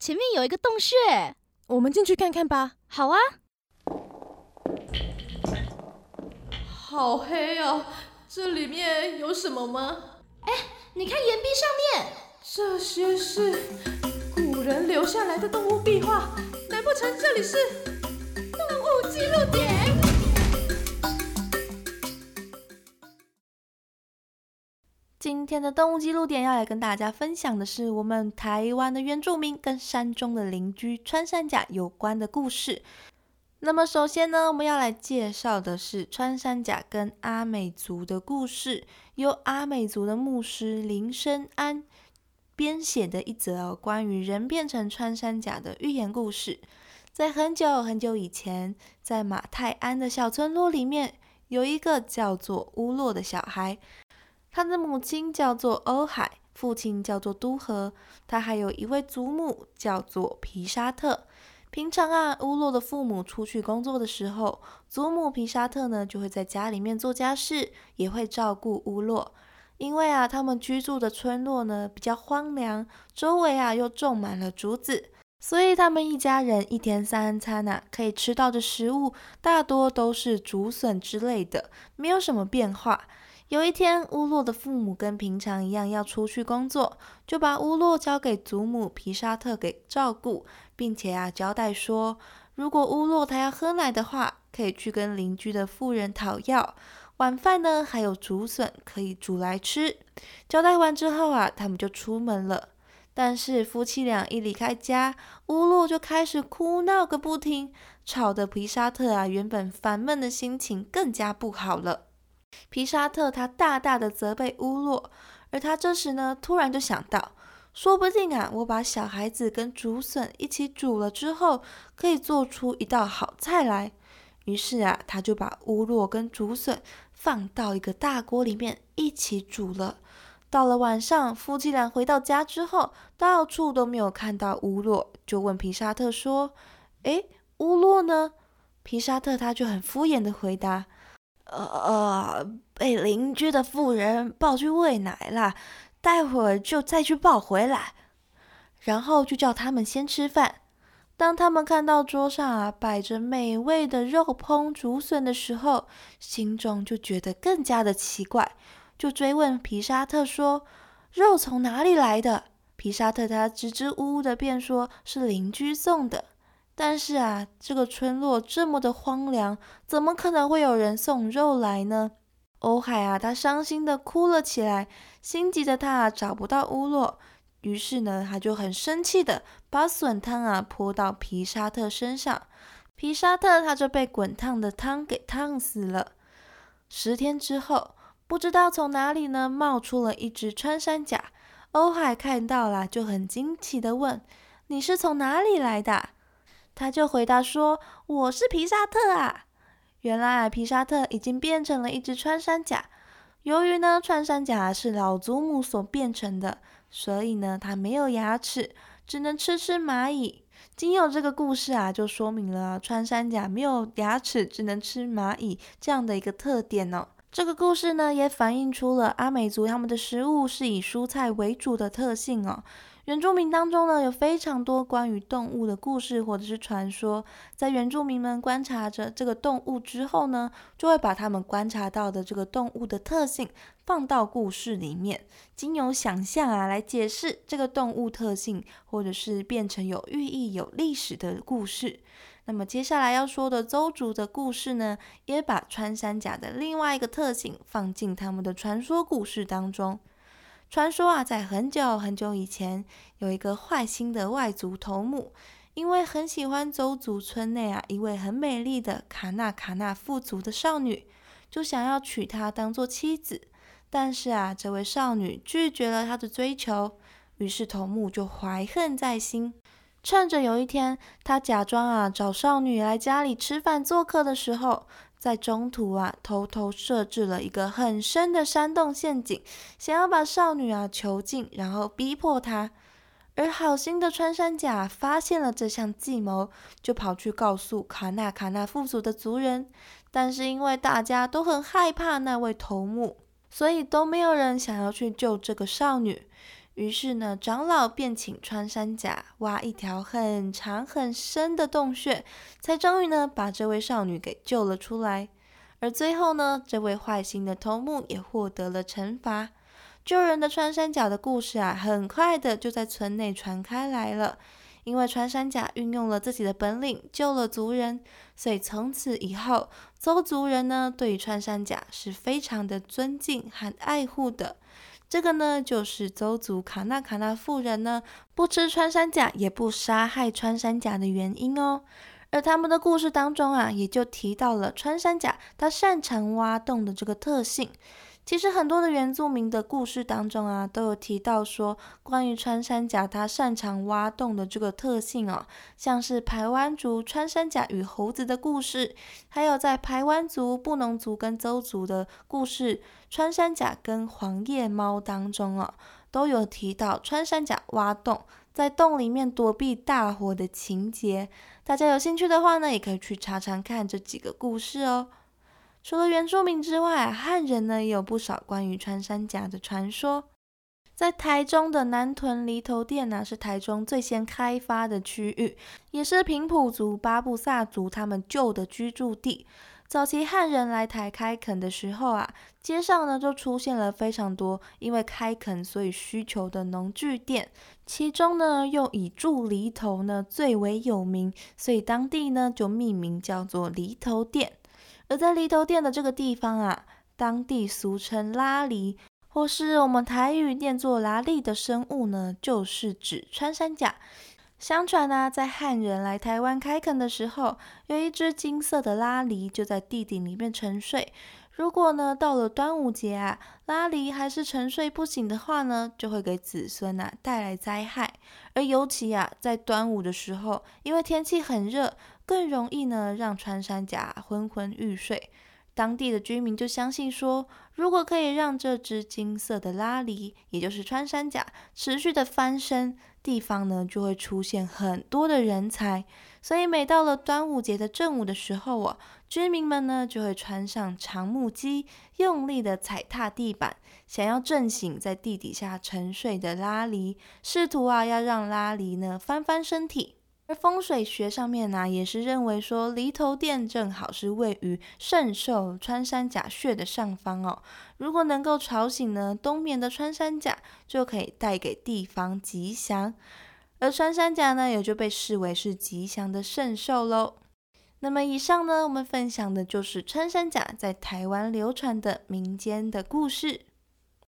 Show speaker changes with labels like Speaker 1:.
Speaker 1: 前面有一个洞穴，
Speaker 2: 我们进去看看吧。
Speaker 1: 好啊。
Speaker 2: 好黑哦，这里面有什么吗？
Speaker 1: 你看岩壁上面，
Speaker 2: 这些是古人留下来的动物壁画，难不成这里是动物记录点？今天的动物记录点要来跟大家分享的是我们台湾的原住民跟山中的邻居穿山甲有关的故事。那么首先呢，我们要来介绍的是穿山甲跟阿美族的故事，由阿美族的牧师林生安编写的一则关于人变成穿山甲的寓言故事。在很久很久以前，在马太安的小村落里面，有一个叫做乌洛的小孩，他的母亲叫做欧海，父亲叫做都和，他还有一位祖母叫做皮沙特。平常啊，乌洛的父母出去工作的时候，祖母皮沙特呢就会在家里面做家事，也会照顾乌洛。因为啊，他们居住的村落呢比较荒凉，周围啊又种满了竹子，所以他们一家人一天三餐啊可以吃到的食物大多都是竹笋之类的，没有什么变化。有一天，乌洛的父母跟平常一样要出去工作，就把乌洛交给祖母皮沙特给照顾，并且交代说，如果乌洛他要喝奶的话，可以去跟邻居的妇人讨要。晚饭呢，还有竹笋可以煮来吃。交代完之后他们就出门了。但是夫妻俩一离开家，乌洛就开始哭闹个不停，吵得皮沙特原本烦闷的心情更加不好了。皮沙特他大大的责备乌洛，而他这时呢，突然就想到，说不定我把小孩子跟竹笋一起煮了之后，可以做出一道好菜来。于是他就把乌洛跟竹笋放到一个大锅里面一起煮了。到了晚上，夫妻俩回到家之后，到处都没有看到乌洛，就问皮沙特说：“乌洛呢？”皮沙特他就很敷衍的回答：“被邻居的妇人抱去喂奶啦，待会儿就再去抱回来。”然后就叫他们先吃饭。当他们看到桌上摆着美味的肉烹竹笋的时候，心中就觉得更加的奇怪，就追问皮沙特说：“肉从哪里来的？”皮沙特他支支吾吾的便说是邻居送的。但是这个村落这么的荒凉，怎么可能会有人送肉来呢？欧海他伤心的哭了起来，心急的他找不到乌洛，于是呢，他就很生气的把笋汤泼到皮沙特身上，皮沙特他就被滚烫的汤给烫死了。10天之后，不知道从哪里呢冒出了一只穿山甲，欧海看到了就很惊奇的问：“你是从哪里来的？”他就回答说：“我是皮沙特啊。”原来皮沙特已经变成了一只穿山甲。由于呢穿山甲是老祖母所变成的，所以呢它没有牙齿，只能吃蚂蚁。经由这个故事就说明了穿山甲没有牙齿，只能吃蚂蚁这样的一个特点哦。这个故事呢也反映出了阿美族他们的食物是以蔬菜为主的特性哦。原住民当中呢，有非常多关于动物的故事或者是传说，在原住民们观察着这个动物之后呢，就会把他们观察到的这个动物的特性放到故事里面，经由想象来解释这个动物特性，或者是变成有寓意、有历史的故事。那么接下来要说的邹族的故事呢，也把穿山甲的另外一个特性放进他们的传说故事当中。传说在很久很久以前，有一个坏心的外族头目，因为很喜欢邹族村内一位很美丽的卡纳富族的少女，就想要娶她当做妻子。但是这位少女拒绝了他的追求，于是头目就怀恨在心。趁着有一天，他假装找少女来家里吃饭做客的时候，在中途偷偷设置了一个很深的山洞陷阱，想要把少女囚禁，然后逼迫她。而好心的穿山甲发现了这项计谋，就跑去告诉卡纳富族的族人，但是因为大家都很害怕那位头目，所以都没有人想要去救这个少女。 于是呢，长老便请穿山甲挖一条很长很深的洞穴，才终于呢把这位少女给救了出来。而最后呢，这位坏心的头目也获得了惩罚。救人的穿山甲的故事啊，很快的就在村内传开来了。因为穿山甲运用了自己的本领救了族人，所以从此以后，邹族人呢对于穿山甲是非常的尊敬和爱护的。这个呢，就是邹族卡纳妇人呢不吃穿山甲也不杀害穿山甲的原因哦。而他们的故事当中啊，也就提到了穿山甲它擅长挖洞的这个特性。其实很多的原住民的故事当中啊，都有提到说关于穿山甲它擅长挖洞的这个特性哦，像是排湾族穿山甲与猴子的故事，还有在排湾族、布农族跟邹族的故事，穿山甲跟黄叶猫当中哦，都有提到穿山甲挖洞，在洞里面躲避大火的情节。大家有兴趣的话呢，也可以去查查看这几个故事哦。除了原住民之外，汉人呢也有不少关于穿山甲的传说。在台中的南屯犁头店是台中最先开发的区域，也是平埔族、巴布萨族他们旧的居住地。早期汉人来台开垦的时候啊，街上呢就出现了非常多因为开垦所以需求的农具店，其中呢又以筑犁头呢最为有名，所以当地呢就命名叫做犁头店。而在犁头店的这个地方啊，当地俗称拉犁，或是我们台语念作拉力的生物呢，就是指穿山甲。相传啊，在汉人来台湾开垦的时候，有一只金色的拉犁就在地底里面沉睡。如果呢到了端午节啊，拉犁还是沉睡不醒的话呢，就会给子孙带来灾害。而尤其在端午的时候，因为天气很热，更容易呢让穿山甲昏昏欲睡。当地的居民就相信说，如果可以让这只金色的拉犁，也就是穿山甲，持续的翻身，地方呢就会出现很多的人才。所以每到了端午节的正午的时候居民们呢就会穿上长木屐，用力的踩踏地板，想要震醒在地底下沉睡的拉犁，试图要让拉犁呢翻翻身体。而风水学上面也是认为说，犁头店正好是位于圣寿穿山甲穴的上方如果能够吵醒呢冬眠的穿山甲，就可以带给地方吉祥。而穿山甲呢，也就被视为是吉祥的圣兽咯。那么以上呢，我们分享的就是穿山甲在台湾流传的民间的故事。